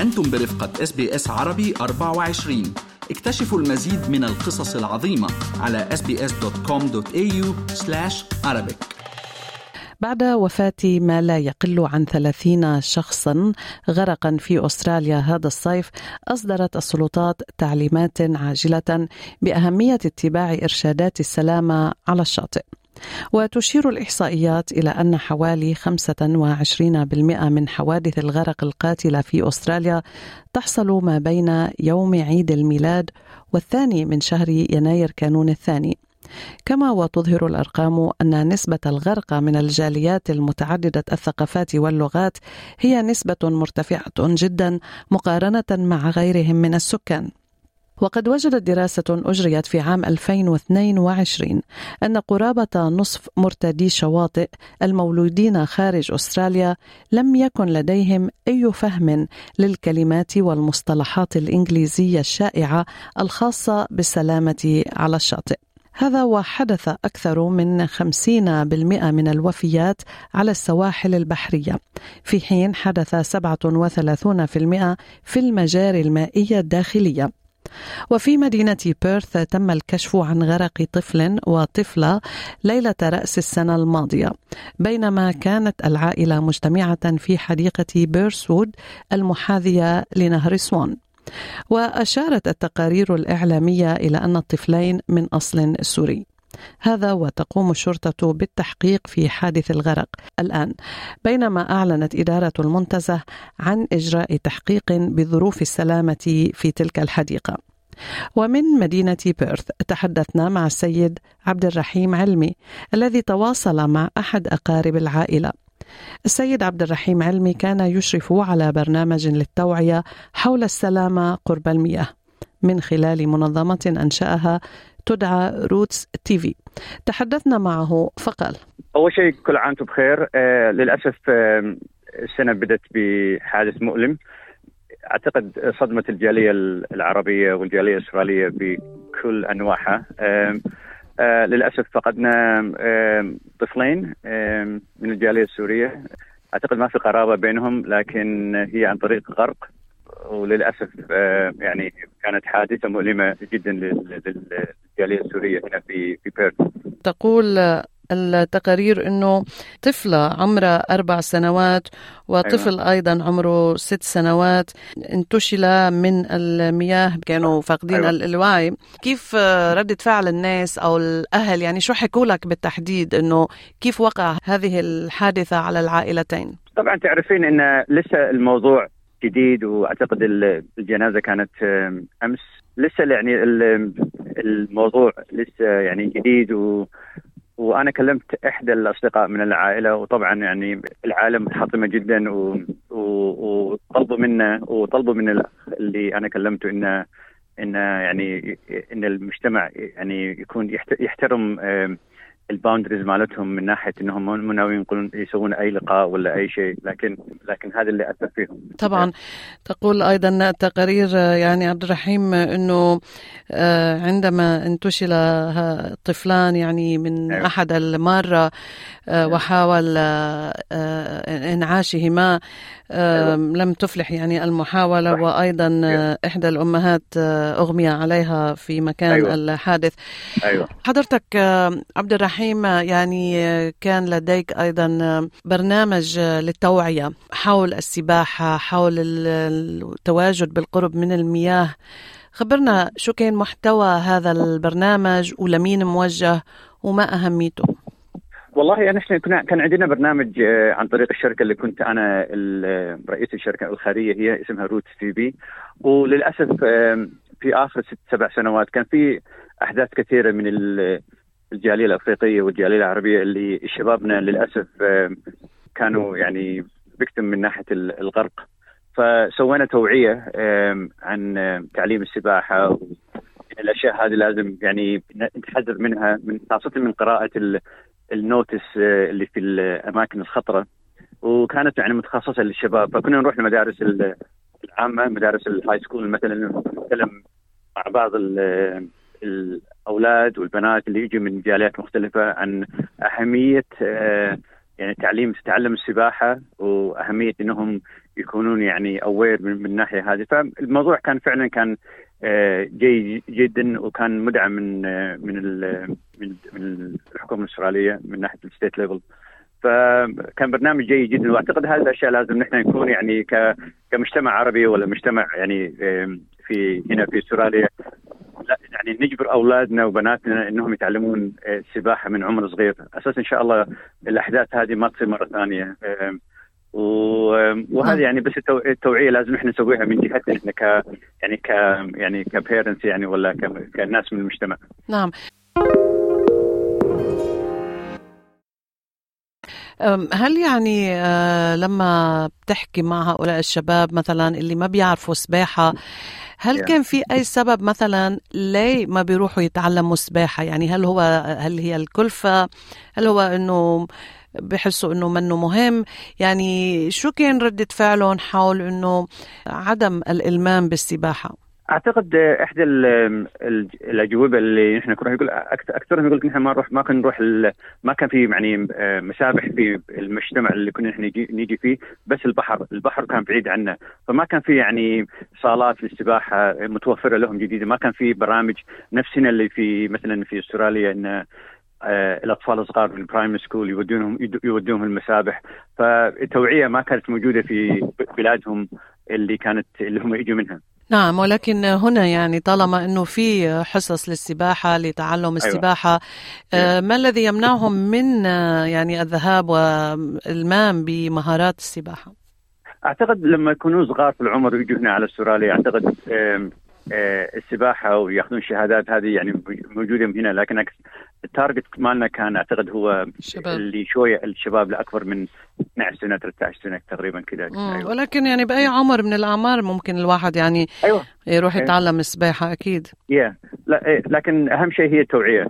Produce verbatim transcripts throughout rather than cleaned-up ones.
أنتم برفقة إس بي إس عربي أربعة وعشرين. اكتشفوا المزيد من القصص العظيمة على إس بي إس دوت كوم دوت إيه يو سلاش عربيك. بعد وفاة ما لا يقل عن ثلاثين شخصا غرقا في أستراليا هذا الصيف، أصدرت السلطات تعليمات عاجلة بأهمية اتباع إرشادات السلامة على الشاطئ. وتشير الإحصائيات إلى أن حوالي خمسة وعشرين بالمئة من حوادث الغرق القاتلة في أستراليا تحصل ما بين يوم عيد الميلاد والثاني من شهر يناير كانون الثاني. كما وتظهر الأرقام أن نسبة الغرق من الجاليات المتعددة الثقافات واللغات هي نسبة مرتفعة جدا مقارنة مع غيرهم من السكان. وقد وجدت دراسة أجريت في عام ألفين واثنين وعشرين أن قرابة نصف مرتدي الشواطئ المولودين خارج أستراليا لم يكن لديهم أي فهم للكلمات والمصطلحات الإنجليزية الشائعة الخاصة بالسلامة على الشاطئ. هذا وحدث أكثر من خمسين بالمئة من الوفيات على السواحل البحرية، في حين حدث سبعة وثلاثين بالمئة في المجاري المائية الداخلية. وفي مدينة بيرث تم الكشف عن غرق طفل وطفلة ليلة رأس السنة الماضية، بينما كانت العائلة مجتمعة في حديقة بيرسوود المحاذية لنهر سوان. وأشارت التقارير الإعلامية إلى أن الطفلين من أصل سوري. هذا وتقوم الشرطة بالتحقيق في حادث الغرق الآن، بينما أعلنت إدارة المنتزه عن إجراء تحقيق بظروف السلامة في تلك الحديقة. ومن مدينة بيرث تحدثنا مع السيد عبد الرحيم علمي الذي تواصل مع أحد أقارب العائلة. السيد عبد الرحيم علمي كان يشرف على برنامج للتوعية حول السلامة قرب المياه من خلال منظمة أنشأها تدعى روتس تي في. تحدثنا معه فقال: أول شيء كل عام وانتم بخير. آه للأسف آه السنة بدت بحادث مؤلم. أعتقد صدمة الجالية العربية والجالية الأسترالية بكل أنواعها. آه آه للأسف فقدنا آه طفلين آه من الجالية السورية. أعتقد ما في قرابة بينهم، لكن هي عن طريق غرق، وللأسف آه يعني كانت حادثة مؤلمة جدا للجالية السورية هنا في في بيرث. تقول التقارير إنه طفلة عمرها أربع سنوات وطفل أيوة. أيضا عمره ست سنوات انتشل من المياه، كانوا فاقدين أيوة. الوعي. كيف ردة فعل الناس أو الأهل؟ يعني شو حكوا لك بالتحديد إنه كيف وقع هذه الحادثة على العائلتين؟ طبعا تعرفين إن لسه الموضوع جديد، وأعتقد الجنازة كانت أمس. لسه يعني الموضوع لسه يعني جديد، و وأنا كلمت إحدى الأصدقاء من العائلة، وطبعا يعني العائلة متحطمة جدا، و... و... وطلبوا منا وطلبوا من اللي أنا كلمته إنه إنه يعني إن المجتمع يعني يكون يحترم الباوندريز مالتهم من ناحية إنهم مو ناويين يقولون يسوون أي لقاء ولا أي شيء، لكن لكن هذا اللي أثر فيهم. طبعا تقول أيضا التقارير يعني عبد الرحيم إنه عندما انتشل الطفلان يعني من أيوة. أحد المارة وحاول إنعاشهما أيوة. لم تفلح يعني المحاولة، وأيضا أيوة. إحدى الأمهات أغمي عليها في مكان أيوة. الحادث. أيوة. حضرتك عبد الرحيم يعني كان لديك أيضا برنامج للتوعية حول السباحة، حول التواجد بالقرب من المياه. خبرنا شو كان محتوى هذا البرنامج ولمين موجه وما أهميته؟ والله يعني احنا كنا كان عندنا برنامج عن طريق الشركه اللي كنت انا رئيس الشركه الخيريه، هي اسمها روت تي في. وللاسف في اخر ست سبع سنوات كان في احداث كثيره من الجاليه الافريقيه والجاليه العربيه اللي شبابنا للاسف كانوا يعني بيكتم من ناحيه الغرق. فسوينا توعيه عن تعليم السباحه. الاشياء هذه لازم يعني نتحذر منها، من خاصه من قراءه النوتس اللي في الاماكن الخطره، وكانت يعني متخصصه للشباب. فكنا نروح للمدارس العامه، مدارس الهاي سكول مثلا، نتكلم مع بعض الاولاد والبنات اللي يجوا من جاليات مختلفه عن اهميه يعني تعليم تعلم السباحه، واهميه انهم يكونون يعني aware من, من الناحية هذه. فالموضوع كان فعلا كان جيد جدا، وكان مدعم من من من من الحكومة الأسترالية من ناحية الستيت ليفل. فكان برنامج جيد جدا، واعتقد هذه الاشياء لازم نحن نكون يعني كمجتمع عربي ولا مجتمع يعني في هنا في استراليا يعني نجبر اولادنا وبناتنا انهم يتعلمون السباحه من عمر صغير، اساس ان شاء الله الاحداث هذه ما تصير مره ثانيه. وهذا يعني بس التوعيه لازم احنا نسويها من جهتنا احنا ك يعني ك يعني كبيرنتس يعني ولا كناس من المجتمع. نعم. هل يعني لما بتحكي مع هؤلاء الشباب مثلا اللي ما بيعرفوا سباحة، هل كان في أي سبب مثلا ليه ما بيروحوا يتعلموا سباحة؟ يعني هل هو هل هي الكلفة؟ هل هو إنه بحسوا إنه منه مهم؟ يعني شو كان ردة فعلهم حول إنه عدم الإلمام بالسباحة؟ اعتقد احدى الاجوبه اللي نحن كنا يقول اكثرهم يقول نحن ما نروح ما كنا نروح ما كان في يعني مسابح في المجتمع اللي كنا نحن نيجي, نيجي فيه، بس البحر البحر كان بعيد عنا، فما كان في يعني صالات للسباحه متوفره لهم جديده، ما كان في برامج نفسنا اللي في مثلا في استراليا ان الاطفال الصغار في البرايمري سكول يودونهم يودونهم المسابح، فالتوعيه ما كانت موجوده في بلادهم اللي كانت اللي هم يجوا منها. نعم، ولكن هنا يعني طالما أنه في حصص للسباحة لتعلم السباحة، أيوة. ما الذي يمنعهم من يعني الذهاب والإلمام بمهارات السباحة؟ أعتقد لما يكونوا صغار في العمر ويجوا هنا على استراليا، أعتقد السباحة ويأخذون شهادات هذه يعني موجودة هنا، لكن التارجت مالنا كان أعتقد هو الشباب. اللي شوية الشباب لأكبر من اثني عشر سنة ثلاثة عشر سنة تقريبا كذا. أيوة. ولكن يعني بأي عمر من الأعمار ممكن الواحد يعني أيوة. يروح يتعلم السباحة أكيد. yeah. لا لكن أهم شيء هي التوعية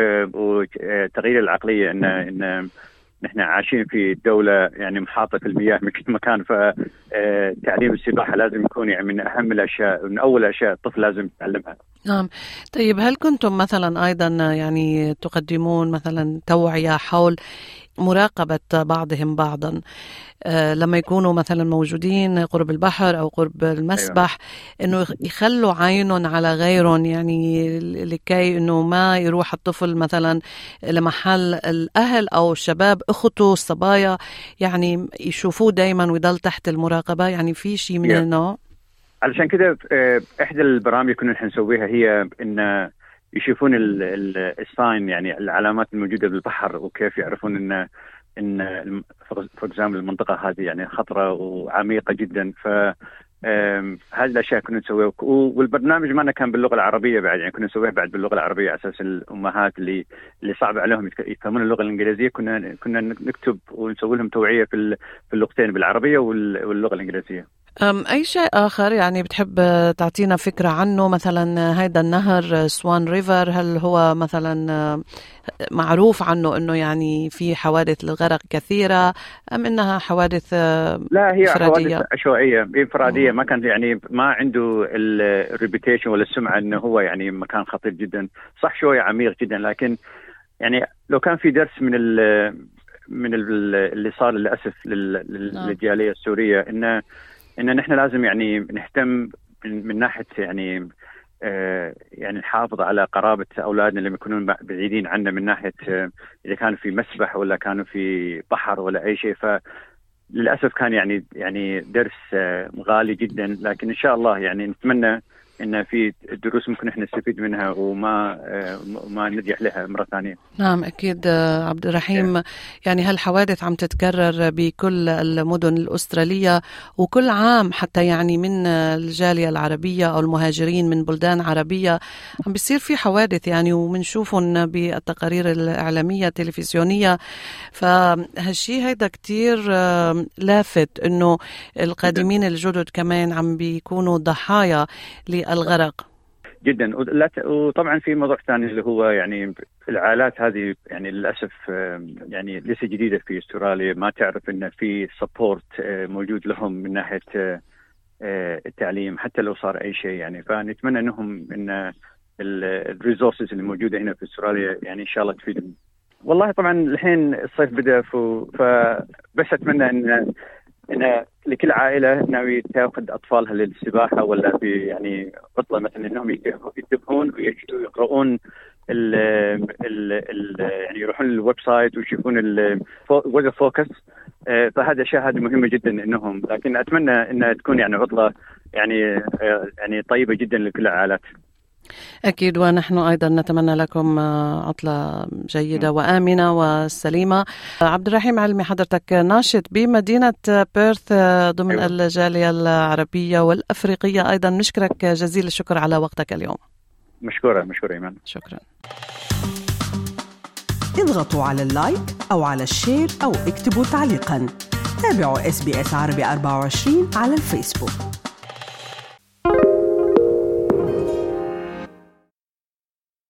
وتغيير العقلية، إن إن نحن عايشين في دولة يعني محاطة في المياه من كل مكان، فتعليم السباحة لازم يكون يعني من أهم الأشياء، من أول الأشياء الطفل لازم يتعلمها. نعم. طيب هل كنتم مثلا أيضا يعني تقدمون مثلا توعية حول مراقبة بعضهم بعضا آه لما يكونوا مثلا موجودين قرب البحر أو قرب المسبح، أيوة. إنه يخلوا عينهم على غيرهم، يعني لكي إنه ما يروح الطفل مثلا لمحل الأهل أو الشباب أخته الصبايا يعني يشوفوه دايما ويضل تحت المراقبة، يعني في شيء من النوع. علشان كده إحدى البرامج كنا نحن نسويها هي إن يشوفون الساين يعني العلامات الموجودة بالبحر، وكيف يعرفون إن إن فور إكزامبل المنطقة هذه يعني خطرة وعميقة جدا. ف هذه الأشياء كنا نسويها، والبرنامج معنا كان باللغة العربية بعد، يعني كنا نسويه بعد باللغة العربية على أساس الأمهات اللي اللي صعب عليهم يفهمون اللغة الإنجليزية، كنا كنا نكتب ونسوي لهم توعية في في اللغتين بالعربية واللغة الإنجليزية. أي شيء آخر يعني بتحب تعطينا فكرة عنه؟ مثلا هيدا النهر سوان ريفر، هل هو مثلا معروف عنه أنه يعني في حوادث الغرق كثيرة، أم أنها حوادث لا هي فرادية؟ حوادث عشوائية انفرادية، ما كان يعني ما عنده الريبيتيشن ولا السمعة أنه هو يعني مكان خطير جدا، صح شوية عميق جدا، لكن يعني لو كان في درس من ال من ال اللي صار للأسف للجالية السورية، إنه إن نحن لازم يعني نهتم من, من ناحية يعني آه يعني نحافظ على قرابة أولادنا اللي يكونون بعيدين عنا، من ناحية آه إذا كانوا في مسبح ولا كانوا في بحر ولا أي شيء. فللأسف كان يعني يعني درس آه غالي جدا، لكن إن شاء الله يعني نتمنى إن في دروس ممكن إحنا نستفيد منها وما آه ما نرجع لها مرة ثانية. نعم أكيد عبد الرحيم. يعني هالحوادث عم تتكرر بكل المدن الأسترالية وكل عام، حتى يعني من الجالية العربية أو المهاجرين من بلدان عربية عم بيصير في حوادث يعني، ومنشوفهم بالتقارير الإعلامية التلفزيونية. فهالشي هيدا كتير لافت إنه القادمين الجدد كمان عم بيكونوا ضحايا الغرق جدا. وطبعا في موضوع ثاني اللي هو يعني العائلات هذه يعني للأسف يعني لسه جديدة في استراليا، ما تعرف إن في سبورت موجود لهم من ناحية التعليم حتى لو صار أي شيء يعني. فنتمنى إنهم إن الريسورسز اللي موجودة هنا في استراليا يعني إن شاء الله تفيدهم. والله طبعا الحين الصيف بدأ، فبس أتمنى إن إن لكل عائلة ناوي تأخذ أطفالها للسباحة ولا في يعني عطلة مثلا إنهم ينتبهون ويقرؤون ال ال ال يعني يروحون الويب سايت ويشوفون الويذر فوكس. فهذا شاهد مهمة جدا إنهم، لكن أتمنى إنها تكون يعني عطلة يعني يعني طيبة جدا لكل العائلات. أكيد، ونحن أيضا نتمنى لكم عطلة جيدة وآمنة وسليمة. عبد الرحيم علمي، حضرتك ناشط بمدينة بيرث ضمن أيوة. الجالية العربية والأفريقية أيضا، نشكرك جزيل الشكر على وقتك اليوم. مشكورة مشكورة إيمان. شكرا. اضغطوا على اللايك أو على الشير أو اكتبوا تعليقا. تابعوا إس بي إس عربي أربعة وعشرين على الفيسبوك.